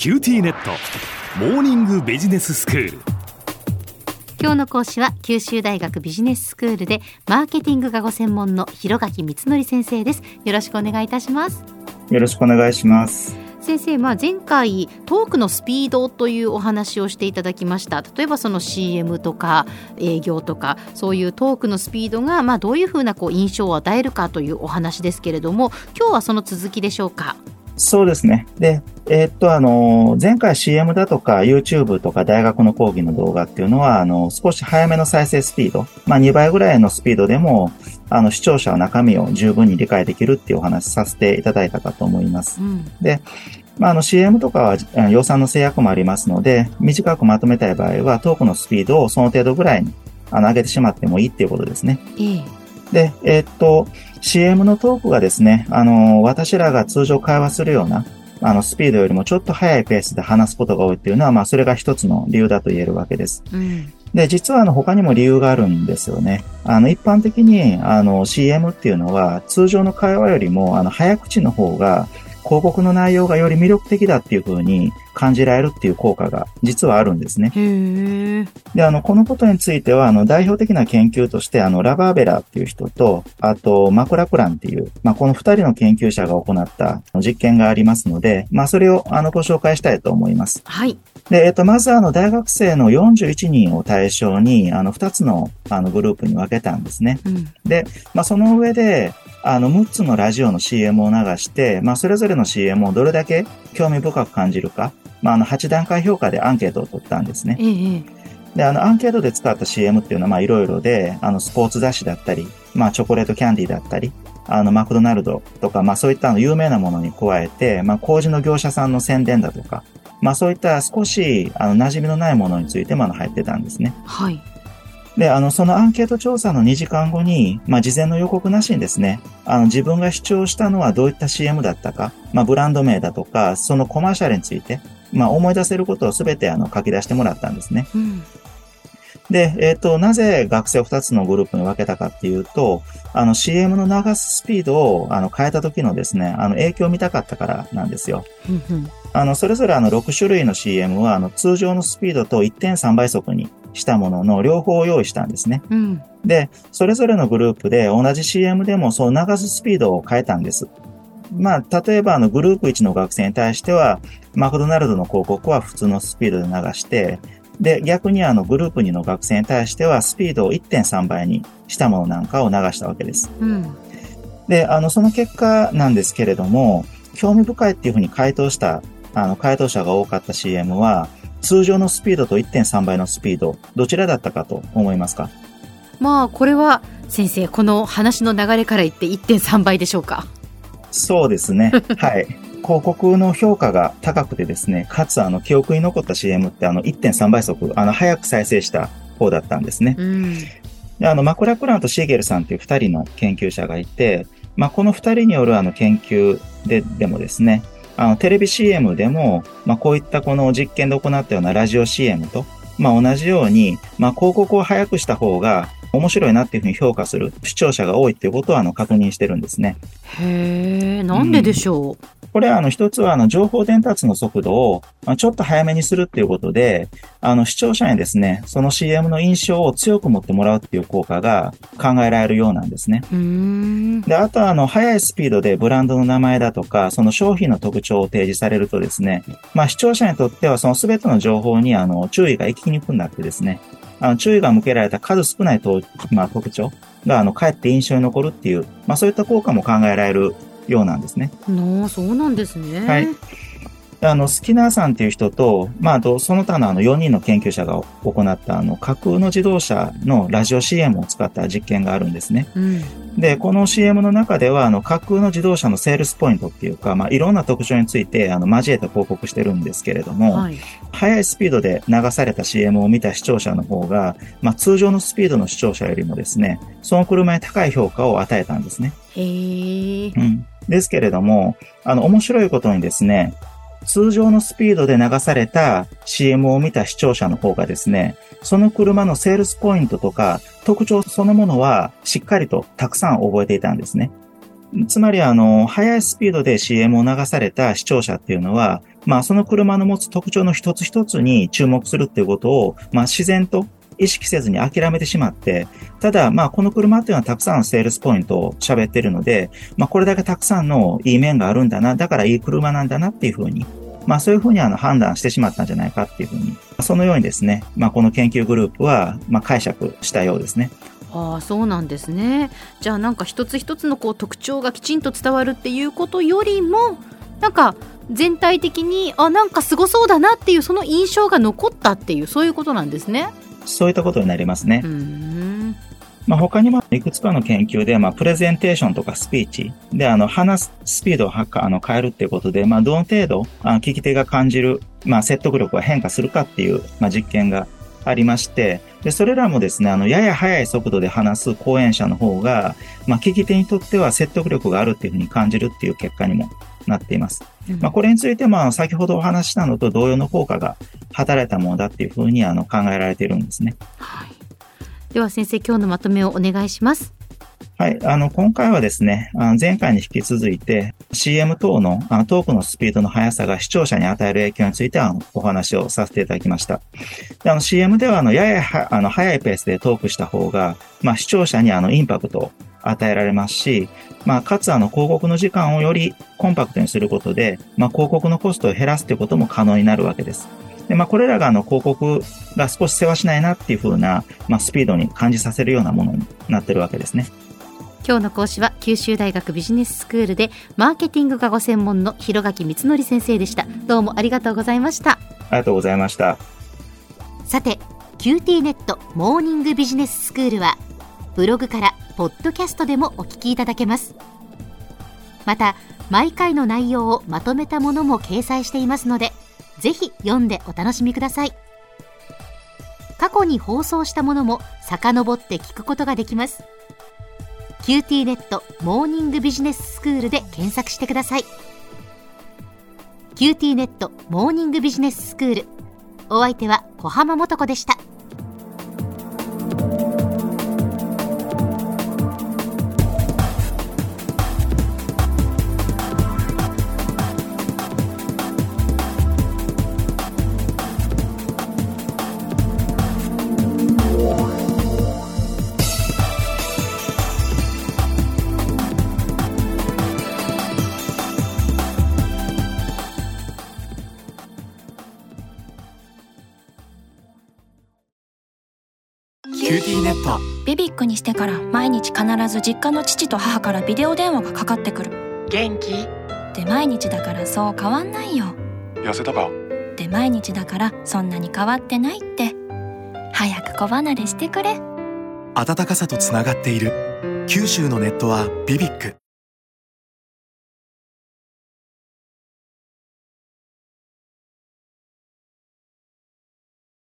キューティーネットモーニングビジネススクール。 今日の講師は九州大学ビジネススクールでマーケティングがご専門の広垣光則先生です。よろしくお願いいたします。 よろしくお願いします。 先生、前回トークのスピードというお話をしていただきました。例えばその CM とか営業とかそういうトークのスピードがどういうふうな印象を与えるかというお話ですけれども、今日はその続きでしょうか。 そうですね。で、前回 CM だとか YouTube とか大学の講義の動画っていうのは、少し早めの再生スピード、2倍ぐらいのスピードでも、視聴者は中身を十分に理解できるっていうお話させていただいたかと思います。で、CM とかは予算の制約もありますので、短くまとめたい場合はトークのスピードをその程度ぐらいに上げてしまってもいいっていうことですね。で、CM のトークがですね、私らが通常会話するような、スピードよりもちょっと速いペースで話すことが多いっていうのは、それが一つの理由だと言えるわけです。で、実は他にも理由があるんですよね。一般的に、CM っていうのは、通常の会話よりも、早口の方が、広告の内容がより魅力的だっていう風に感じられるっていう効果が実はあるんですね。で、このことについては、代表的な研究として、ラバーベラーっていう人と、あと、マクラクランっていう、この二人の研究者が行った実験がありますので、それを、ご紹介したいと思います。 はい。 で、まず大学生の41人を対象に、二つの、グループに分けたんですね。で、その上で、6つのラジオの CM を流して、それぞれの CM をどれだけ興味深く感じるか、8段階評価でアンケートを取ったんですね。で、アンケートで使った CM っていうのはいろいろで、スポーツ雑誌だったり、チョコレートキャンディーだったり、マクドナルドとか、そういった有名なものに加えて、工事の業者さんの宣伝だとか、そういった少し、馴染みのないものについても入ってたんですね。 はい。 で、そのアンケート調査の2時間後に、事前の予告なしにですね、自分が視聴したのはどういった CM だったか、ブランド名だとか、そのコマーシャルについて、思い出せることをすべて書き出してもらったんですね。で、なぜ学生を2つのグループに分けたかっていうと、CM の流すスピードを変えた時のですね、影響を見たかったからなんですよ。それぞれ6種類の CM は通常のスピードと 1.3 倍速にしたものの両方を用意したんですね。で、それぞれのグループで同じ CM でもそう流すスピードを変えたんです。例えばグループ1の学生に対しては、マクドナルドの広告は普通のスピードで流して、で、逆にグループ2の学生に対してはスピードを 1.3 倍にしたものなんかを流したわけです。で、その結果なんですけれども、興味深いっていうふうに回答した回答者が多かった CM は、通常のスピードと 1.3 倍のスピード、どちらだったかと思いますか？ これは先生、この話の流れから言って 1.3 倍でしょうか？ そうですね。はい。広告の評価が高くてですね、かつ記憶に残った CM って 1.3 倍速、早く再生した方だったんですね。で、マクラクランとシーゲルさんという2人の研究者がいて、この2人による研究でもですね、テレビ CM でも、こういったこの実験で行ったようなラジオ CM と、同じように、広告を早くした方が面白いなっていうふうに評価する視聴者が多いっていうことを確認してるんですね。 なんででしょう？ これは一つは情報伝達の速度をちょっと早めにするっていうことで、視聴者にですね、その CM の印象を強く持ってもらうっていう効果が考えられるようなんですね。で、あとは速いスピードでブランドの名前だとか、その商品の特徴を提示されるとですね、視聴者にとってはその全ての情報に注意が行きにくくなってですね、注意が向けられた数少ない特徴がかえって印象に残るっていう、そういった効果も考えられるようなんですね。 そうなんですね。 はい。スキナーさんっていう人と、その他の4人の研究者が行った架空の自動車のラジオ CM を使った実験があるんですね。で、この CM の中では、架空の自動車のセールスポイントっていうか、いろんな特徴について、交えて報告してるんですけれども、速いスピードで流された CM を見た視聴者の方が、通常のスピードの視聴者よりもですね、その車に高い評価を与えたんですね。ですけれども、面白いことにですね、通常のスピードで流された CM を見た視聴者の方がですね、その車のセールスポイントとか特徴そのものはしっかりとたくさん覚えていたんですね。つまり速いスピードで CM を流された視聴者っていうのは、 その車の持つ特徴の一つ一つに注目するっていうことを、自然と意識せずに諦めてしまって、ただ、この車っていうのはたくさんのセールスポイントを喋ってるので、これだけたくさんのいい面があるんだな、だからいい車なんだなっていうふうに、そういうふうに判断してしまったんじゃないかっていうふうに、そのようにですね、この研究グループは、解釈したようですね。 ああ、そうなんですね。じゃあなんか一つ一つの特徴がきちんと伝わるっていうことよりも、なんか全体的になんかすごそうだなっていうその印象が残ったっていう、そういうことなんですね。 そういったことになりますね。他にもいくつかの研究で、プレゼンテーションとかスピーチで、話すスピードを変えるっていうことで、どの程度、聞き手が感じる、説得力が変化するかっていう、実験がありまして、で、それらもですね、やや速い速度で話す講演者の方が、聞き手にとっては説得力があるっていうふうに感じるっていう結果にもなっています。これについて先ほどお話ししたのと同様の効果が働いたものだっていうふうに考えられているんですね。 はい。では先生、今日のまとめをお願いします。 はい。今回はですね、前回に引き続いて CM 等のトークのスピードの速さが視聴者に与える影響についてお話をさせていただきました。でCM ではやや速いペースでトークした方が、視聴者にインパクトを与えられますし、かつ広告の時間をよりコンパクトにすることで、広告のコストを減らすということも可能になるわけです。で、これらが広告が少し世話しないなっていう風な、スピードに感じさせるようなものになってるわけですね。 今日の講師は九州大学ビジネススクールでマーケティングがご専門の広垣光則先生でした。どうもありがとうございました。 ありがとうございました。 さて、QT ネットモーニングビジネススクールはブログからポッドキャストでもお聞きいただけます。また毎回の内容をまとめたものも掲載していますので、ぜひ読んでお楽しみください。過去に放送したものも遡って聞くことができます。QT ネットモーニングビジネススクールで検索してください。 QT ネットモーニングビジネススクール、お相手は小浜もとこでした。 QT ネットビビックにしてから毎日必ず実家の父と母からビデオ電話がかかってくる。 元気で毎日だからそう変わんないよ。 痩せたかで毎日だからそんなに変わってないって。早く子離れしてくれ。 温かさとつながっている九州のネットはビビック。